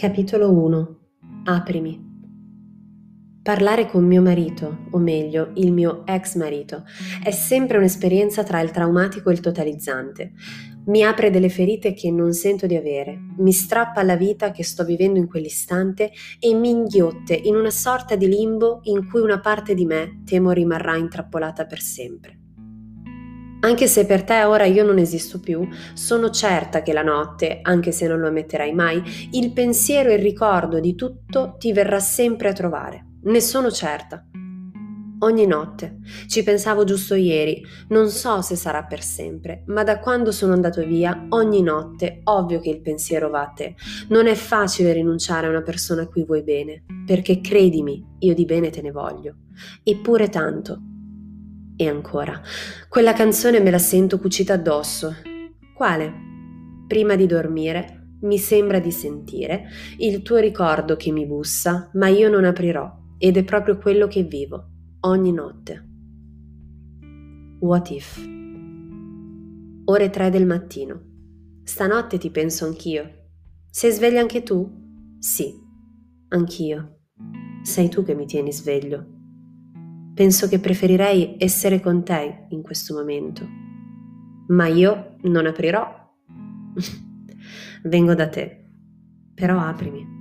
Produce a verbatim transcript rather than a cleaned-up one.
Capitolo uno. Aprimi. Parlare con mio marito, o meglio, il mio ex marito, è sempre un'esperienza tra il traumatico e il totalizzante. Mi apre delle ferite che non sento di avere, mi strappa la vita che sto vivendo in quell'istante e mi inghiotte in una sorta di limbo in cui una parte di me temo rimarrà intrappolata per sempre. Anche se per te ora io non esisto più, sono certa che la notte, anche se non lo ammetterai mai, il pensiero e il ricordo di tutto ti verrà sempre a trovare. Ne sono certa. Ogni notte. Ci pensavo giusto ieri. Non so se sarà per sempre, ma da quando sono andato via, ogni notte, ovvio che il pensiero va a te. Non è facile rinunciare a una persona a cui vuoi bene, perché credimi, io di bene te ne voglio. Eppure tanto. E ancora, quella canzone me la sento cucita addosso. Quale? Prima di dormire mi sembra di sentire il tuo ricordo che mi bussa, ma io non aprirò, ed è proprio quello che vivo, ogni notte. What if? Ore tre del mattino. Stanotte ti penso anch'io. Sei sveglia anche tu? Sì, anch'io. Sei tu che mi tieni sveglio. Penso che preferirei essere con te in questo momento. Ma io non aprirò. Vengo da te, però aprimi.